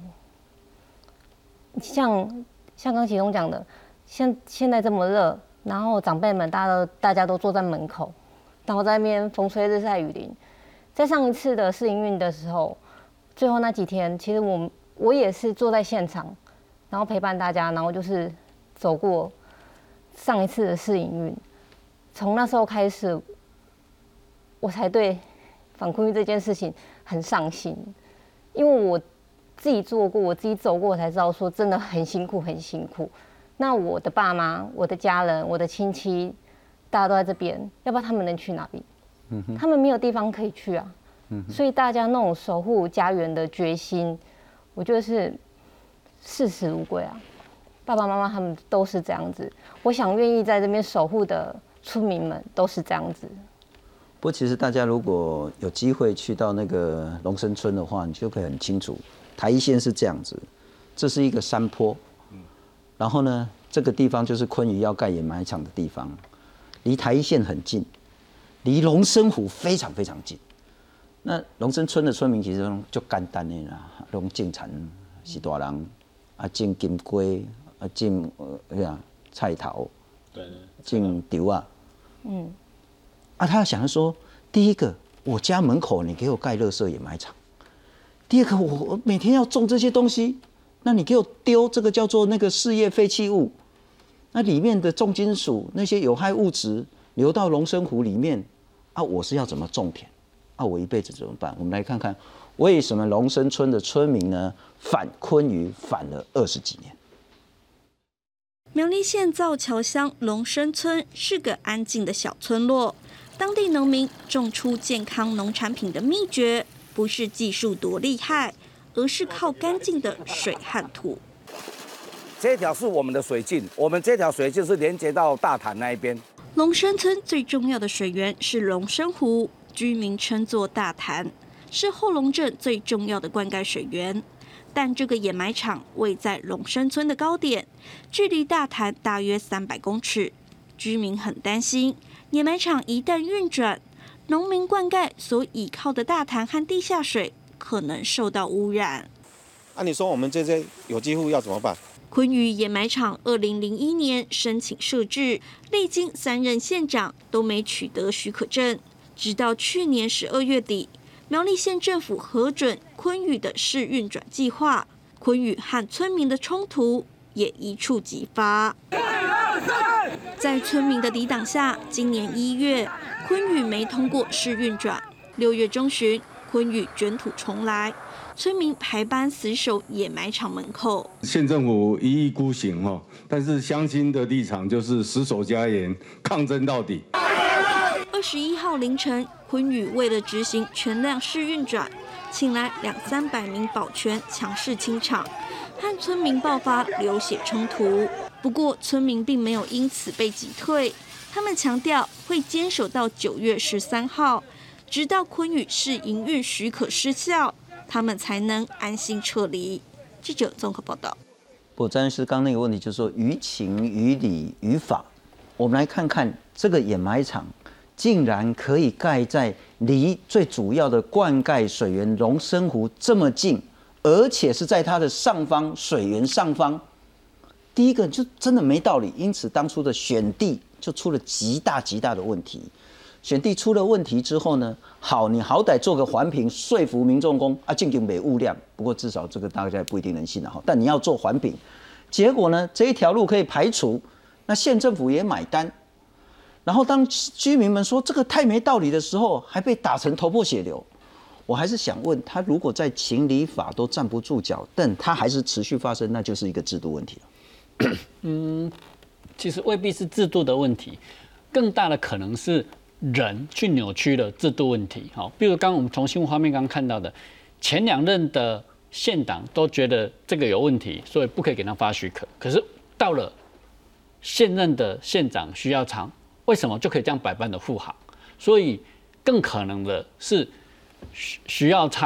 像像刚启东讲的，现现在这么热，然后长辈们大家都大家都坐在门口，然后在那边风吹日晒雨淋。在上一次的试营运的时候，最后那几天，其实我我也是坐在现场，然后陪伴大家，然后就是走过上一次的试营运。从那时候开始，我才对反空运这件事情很上心，因为我自己做过，我自己走过，我才知道说真的很辛苦，很辛苦。那我的爸妈、我的家人、我的亲戚，大家都在这边，要不然他们能去哪里？嗯、他们没有地方可以去啊。嗯、所以大家那种守护家园的决心，我觉得是视死如归啊。爸爸妈妈他们都是这样子，我想愿意在这边守护的村民们都是这样子。 不过其实大家如果有机会去到那个龙生村的话，你就可以很清楚，台一线是这样子，这是一个山坡，然后呢，这个地方就是昆鱼要盖掩埋场的地方，离台一线很近，离龙生湖非常非常近。那龙生村的村民其实就简单的啦，拢种田是大人，啊种金龟，啊种呃呀菜头，对，种稻啊，嗯，啊他想说，第一个我家门口你给我盖垃圾掩埋场，第二个我每天要种这些东西，那你给我丢这个叫做那个事业废弃物，那里面的重金属那些有害物质流到龙生湖里面，啊我是要怎么种田？啊，我一辈子怎么办？我们来看看为什么龙生村的村民呢反昆鱼反了二十几年。 苗栗县造桥乡龙生村是个安静的小村落，当地农民种出健康农产品的秘诀，不是技术多厉害，而是靠干净的水和土。 这条是我们的水径，我们这条水径是连接到大潭那一边。 龙生村最重要的水源是龙生湖。居民称作大潭，是后龙镇最重要的灌溉水源。但这个掩埋场位在龙生村的高点，距离大潭大约三百公尺。居民很担心，掩埋场一旦运转，农民灌溉所倚靠的大潭和地下水可能受到污染。 啊，你说我们这些有机户要怎么办？ 昆鱼掩埋场二零零一年申请设置，历经三任县长都没取得许可证。直到去年十二月底，苗栗县政府核准昆鱼的试运转计划，昆鱼和村民的冲突也一触即发。在村民的抵挡下，今年一月，昆鱼没通过试运转。六月中旬，昆鱼卷土重来，村民排班死守掩埋场门口。 县政府一意孤行哦，但是乡亲的立场就是死守家园，抗争到底。 二十一号凌晨，昆宇为了执行全量试运转，请来两三百名保全强势清场，和村民爆发流血冲突。不过，村民并没有因此被击退，他们强调会坚守到九月十三号，直到昆宇市营运许可失效，他们才能安心撤离。记者综合报道。 不，詹是刚那个问题，就是说于情于理于法，我们来看看这个掩埋场。竟然可以盖在离最主要的灌溉水源龙生湖这么近，而且是在它的上方水源上方。第一个就真的没道理，因此当初的选地就出了极大极大的问题。选地出了问题之后呢，好，你好歹做个环评，说服民众公啊，进行没污量。不过至少这个大家也不一定能信了哈。但你要做环评，结果呢，这一条路可以排除，那县政府也买单。然后当居民们说这个太没道理的时候，还被打成头破血流。我还是想问他，如果在情理法都站不住脚，但他还是持续发生，那就是一个制度问题了。 嗯，其实未必是制度的问题，更大的可能是人去扭曲了制度问题。好，比如刚刚我们从新闻画面刚刚看到的，前两任的县长都觉得这个有问题，所以不可以给他发许可。可是到了现任的县长徐耀昌，为什么就可以这样百般的护航？所以更可能的是徐徐耀昌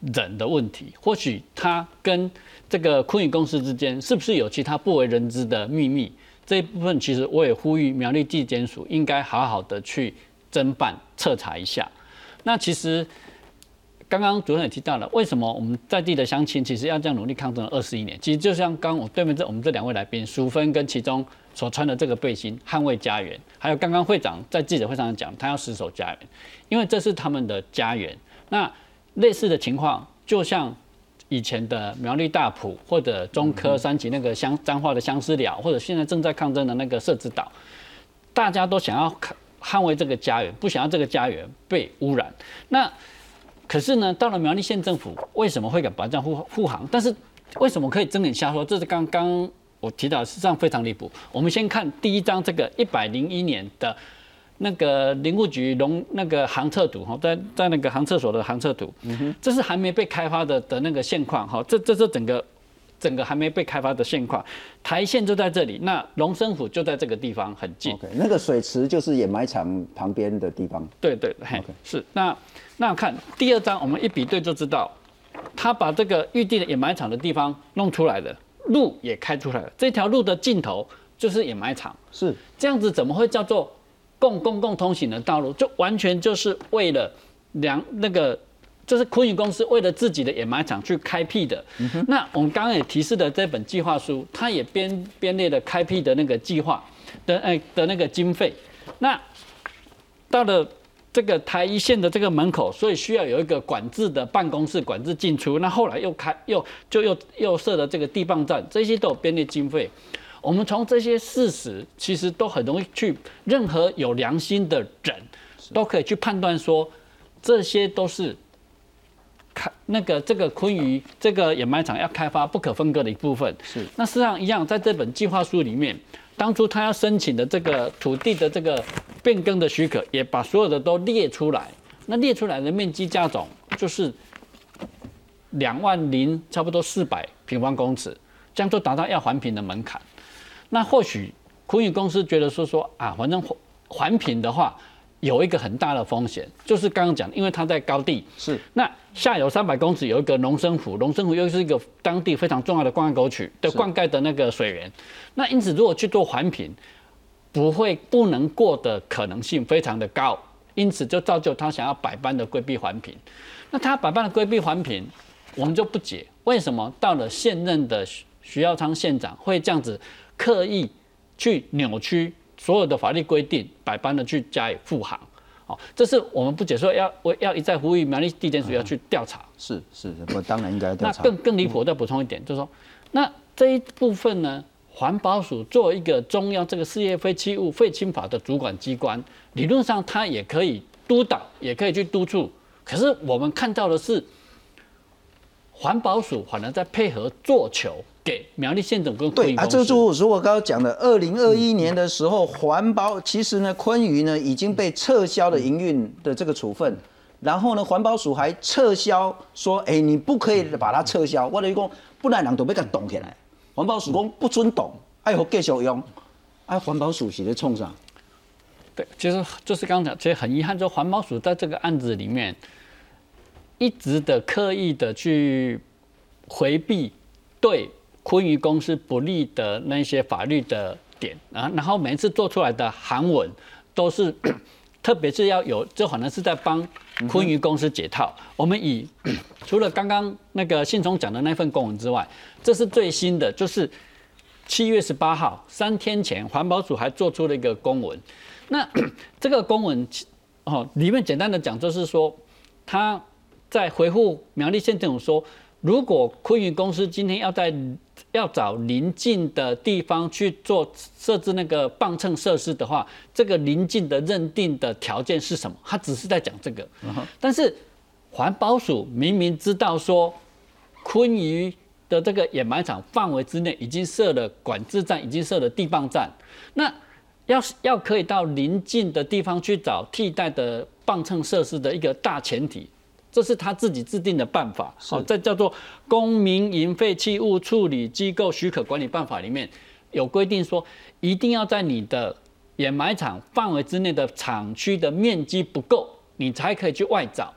人的问题，或许他跟这个昆宇公司之间是不是有其他不为人知的秘密？这一部分其实我也呼吁苗栗地检署应该好好的去侦办彻查一下。那其实刚刚主任也提到了，为什么我们在地的乡亲其实要这样努力抗争了二十一年？其实就像刚刚我对面这我们这两位来宾淑芬跟其中所穿的这个背心，捍卫家园，还有刚刚会长在记者会上讲，他要死守家园，因为这是他们的家园。那类似的情况，就像以前的苗栗大埔或者中科三期那个相彰化的相思寮，或者现在正在抗争的那个社子岛，大家都想要捍卫这个家园，不想要这个家园被污染。那可是呢，到了苗栗县政府，为什么会敢把这样护护航？但是为什么可以睁眼瞎说？这是刚刚我提到，事实上非常离谱。我们先看第一张这个一百零一年的。那个林务局农那个航测图哈，在在那个航测所的航测图，嗯、这是还没被开发的的那个现况哈，这这是整个整个还没被开发的现况。台线就在这里，那龙生府就在这个地方很近。 Okay, 那个水池就是掩埋场旁边的地方。 对对对， okay. 是。那那看第二张，我们一比对就知道，他把这个预定的掩埋场的地方弄出来了，路也开出来了，这条路的尽头就是掩埋场。 是这样子，怎么会叫做？共公共通行的道路，就完全就是为了两那个，就是昆宇公司为了自己的掩埋场去开辟的。嗯、那我们刚刚也提示的这本计划书，它也编编列了开辟的那个计划的哎的那个经费。那到了这个台一线的这个门口，所以需要有一个管制的办公室，管制进出。那后来又开又就又又设了这个地磅站，这些都有编列经费。我们从这些事实，其实都很容易去，任何有良心的人都可以去判断说，这些都是开那个这个昆宇这个掩埋场要开发不可分割的一部分。 是。 那事实上一样，在这本计划书里面，当初他要申请的这个土地的这个变更的许可，也把所有的都列出来。那列出来的面积加总就是两万零差不多四百平方公尺，这样就达到要环评的门槛。那或许昆宇公司觉得说说啊，反正环评的话有一个很大的风险，就是刚刚讲，因为它在高地， 是那下游三百公尺有一个龙生湖，龙生湖又是一个当地非常重要的灌溉沟渠的灌溉的那个水源，那因此如果去做环评，不会不能过的可能性非常的高，因此就造就他想要百般的规避环评。那他百般的规避环评，我们就不解为什么到了现任的徐耀昌县长会这样子。刻意去扭曲所有的法律规定，百般的去加以护航，哦，这是我们不解说要我要一再呼吁苗栗地检署要去调查。 是是，我当然应该要调查。 那更更离谱，我再补充一点，就是说，那这一部分呢，环保署作为一个中央这个事业废弃物废清法的主管机关，理论上它也可以督导，也可以去督促，可是我们看到的是，环保署反而在配合做球。给苗栗县政跟昆宇公司。 对啊，这就是我刚刚讲的，二零二一年的时候，环保其实呢，昆宇呢已经被撤销了营运的这个处分，然后呢，环保署还撤销说，哎、欸，你不可以把它撤销，我等于讲，不然人就要给它动起来。环保署讲不准动，哎，好继续用，哎，环保署是在冲啥？ 对，其实就是刚才，其实很遗憾，就环保署在这个案子里面，一直的刻意的去回避对。昆宇公司不利的那些法律的点啊，然后每一次做出来的函文都是，特别是要有，这可能是在帮昆宇公司解套。我们以除了刚刚那个信聪讲的那份公文之外，这是最新的，就是七月十八号，三天前环保署还做出了一个公文。那这个公文哦，里面简单的讲就是说，他在回复苗栗县政府说，如果昆宇公司今天要在要找邻近的地方去做设置那个磅秤设施的话，这个邻近的认定的条件是什么？他只是在讲这个，但是环保署明明知道说，昆宇的这个掩埋场范围之内已经设了管制站，已经设了地磅站，那要要可以到邻近的地方去找替代的磅秤设施的一个大前提。这是他自己制定的办法，好，这叫做《公民营废弃物处理机构许可管理办法》里面有规定说，一定要在你的掩埋场范围之内的厂区的面积不够，你才可以去外找。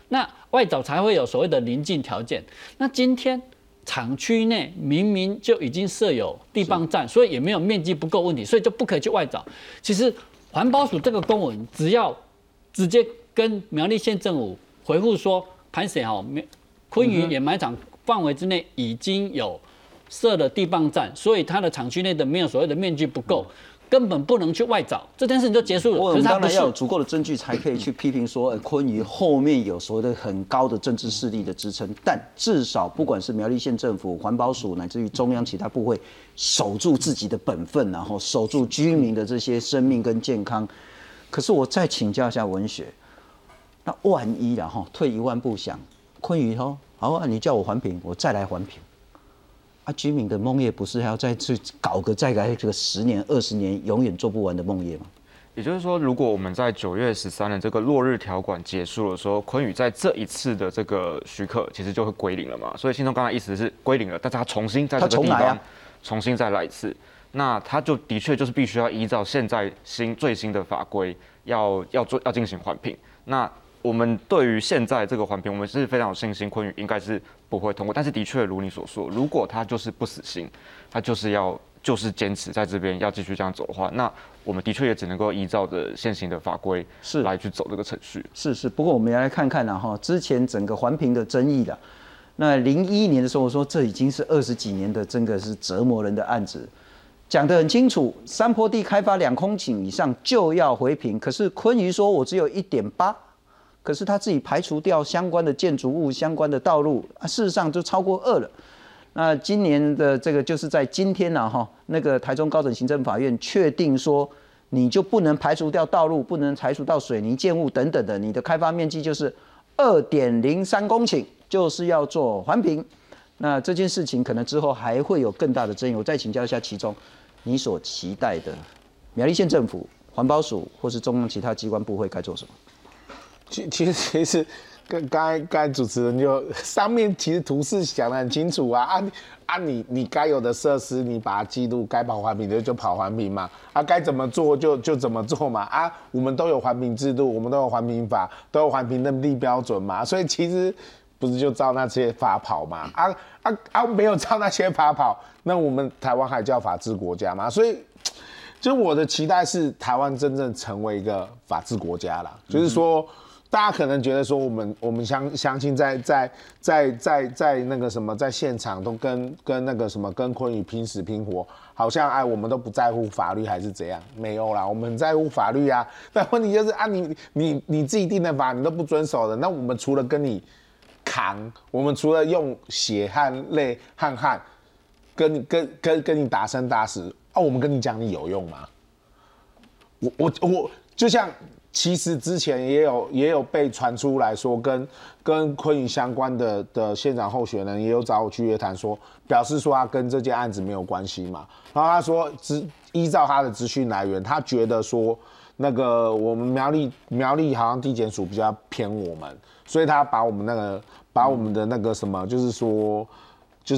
那外藻才会有所谓的临近条件。那今天厂区内明明就已经设有地磅站，所以也没有面积不够问题，所以就不可以去外藻。其实环保署这个公文只要直接跟苗栗县政府回复说，潘谁哈，昆鱼掩埋场范围之内已经有设了地磅站，所以它的厂区内的没有所谓的面积不够。根本不能去外找，这件事情就结束了。 我们当然要有足够的证据，才可以去批评说，昆鱼后面有所谓的很高的政治势力的支撑。但至少不管是苗栗县政府、环保署，乃至于中央其他部会，守住自己的本分，然后守住居民的这些生命跟健康。可是我再请教一下文学，那万一然后退一万步想，昆鱼说好啊，你叫我环评，我再来环评。啊，居民的梦魇不是还要再去搞个再来这个十年、二十年，永远做不完的梦魇吗？ 也就是说，如果我们在九月十三的这个落日条款结束的时候，昆宇在这一次的这个许可其实就会归零了嘛。所以信中刚才意思是归零了，但是他重新在这个地方、啊、重新再来一次，那他就的确就是必须要依照现在新最新的法规要要做要进行环评。那我们对于现在这个环评，我们是非常有信心，昆宇应该是不会通过。但是的确如你所说，如果他就是不死心，他就是要就是坚持在这边要继续这样走的话，那我们的确也只能够依照着现行的法规是来去走这个程序。 是是，不过我们来看看啊哈，之前整个环评的争议的，那零一年的时候我说这已经是二十几年的真的是折磨人的案子。讲得很清楚，山坡地开发两公顷以上就要回评，可是昆鱼说我只有 一点八。可是他自己排除掉相关的建筑物、相关的道路，啊、事实上就超过二了。那今年的这个就是在今天啊，哈，那个台中高等行政法院确定说，你就不能排除掉道路，不能排除到水泥建物等等的，你的开发面积就是二点零三公顷，就是要做环评。那这件事情可能之后还会有更大的争议。我再请教一下其中你所期待的苗栗县政府、环保署或是中央其他机关部会该做什么？ 其其实其实，刚刚才刚才主持人就上面其实图示讲得很清楚啊啊啊你你该有的设施你把它记录，该跑环评的就跑环评嘛啊该怎么做就就怎么做嘛啊我们都有环评制度，我们都有环评法，都有环评认定标准嘛，所以其实不是就照那些法跑嘛啊啊啊没有照那些法跑，那我们台湾还叫法治国家嘛？所以。就我的期待是台湾真正成为一个法治国家啦，嗯、就是说，大家可能觉得说我们我们相相信在在在在在那个什么在现场都跟跟那个什么跟昆宇拼死拼活，好像哎我们都不在乎法律还是怎样？没有啦，我们很在乎法律啊。但问题就是啊你你你自己定的法你都不遵守的，那我们除了跟你扛，我们除了用血汗泪汗汗跟你跟跟跟你打生打死。哦，我们跟你讲，你有用吗？我我我就像，其实之前也有也有被传出来说，跟跟昆宇相关的的县长候选人也有找我去约谈说，表示说他跟这件案子没有关系嘛。然后他说，只依照他的资讯来源，他觉得说那个我们苗栗苗栗好像地检署比较偏我们，所以他把我们那个把我们的那个什么，就是说就是。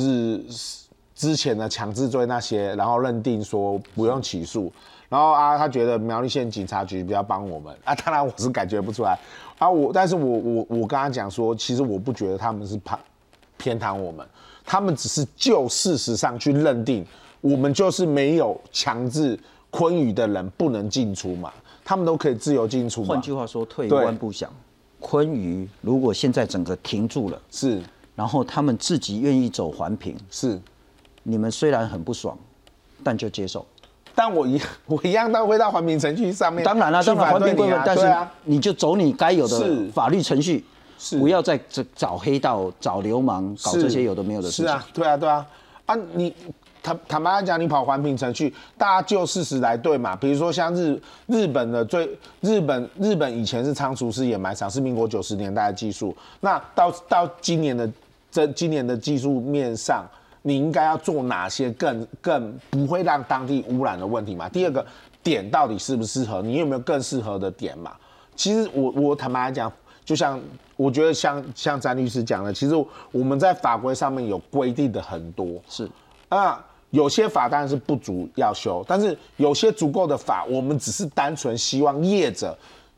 之前的强制罪那些，然后认定说不用起诉，然后啊，他觉得苗栗县警察局比较帮我们啊，当然我是感觉不出来啊，我但是我我我跟他讲说，其实我不觉得他们是偏偏袒我们，他们只是就事实上去认定我们就是没有强制昆宇的人不能进出嘛，他们都可以自由进出嘛。 换句话说，退一万步想，昆宇如果现在整个停住了， 是， 然后他们自己愿意走环评， 是。 你们虽然很不爽，但就接受。 但我一我一样到会到环评程序上面。 当然了，当然环评规范，但是你就走你该有的法律程序，不要再找黑道、找流氓、搞这些有的没有的事情。 是啊，对啊，对啊。啊，你坦坦白来讲，你跑环评程序，大家就事实来对嘛。比如说像日日本的最日本日本以前是仓储式掩埋场，是民国九十年代的技术。那到到今年的这今年的技术面上。你应该要做哪些更更不会让当地污染的问题嘛？第二个点到底适不适合？你有没有更适合的点嘛？其实我我坦白来讲，就像我觉得像像詹律师讲的，其实我们在法规上面有规定的很多， 是啊，有些法当然是不足要修，但是有些足够的法，我们只是单纯希望业者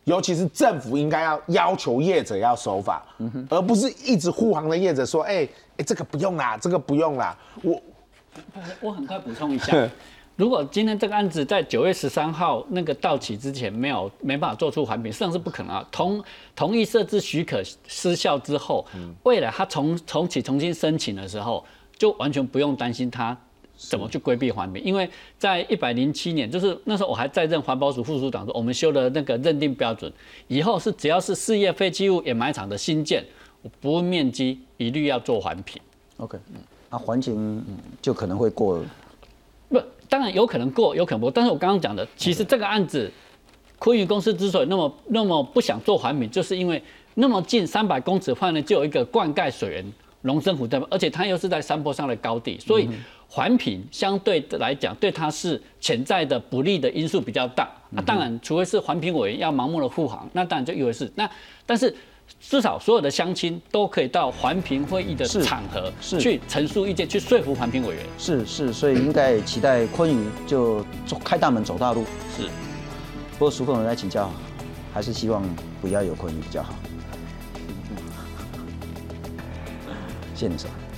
尤其是政府应该要要求业者要守法，嗯、而不是一直护航的业者说，哎、欸、哎、欸、这个不用啦，这个不用啦。我我很快补充一下，如果今天这个案子在九月十三号那个到期之前没有没办法做出环评，实际上是不可能啊。同同意设置许可失效之后，嗯、未来他重重启重新申请的时候，就完全不用担心他怎么去规避环评，因为在一百零七年，就是那时候我还在任环保署副署长的时候，我们修了那个认定标准，以后是只要是事业废弃物掩埋场的新建，不问面积，一律要做环评。 OK， 那环评就可能会过。 不，当然有可能过，有可能不过。但是我刚刚讲的，其实这个案子，昆鱼公司之所以那么那么不想做环评，就是因为那么近三百公尺范围就有一个灌溉水源龙生湖在，而且它又是在山坡上的高地，所以环评相对来讲对它是潜在的不利的因素比较大。那当然，除非是环评委员要盲目的护航，那当然就一回事。那但是。至少所有的乡亲都可以到环评会议的场合去陈述意见，去说服环评委员。 是是，所以应该期待昆鱼就开大门走大路。 是， 不过苏凤来请教，还是希望不要有昆鱼比较好。谢谢你说。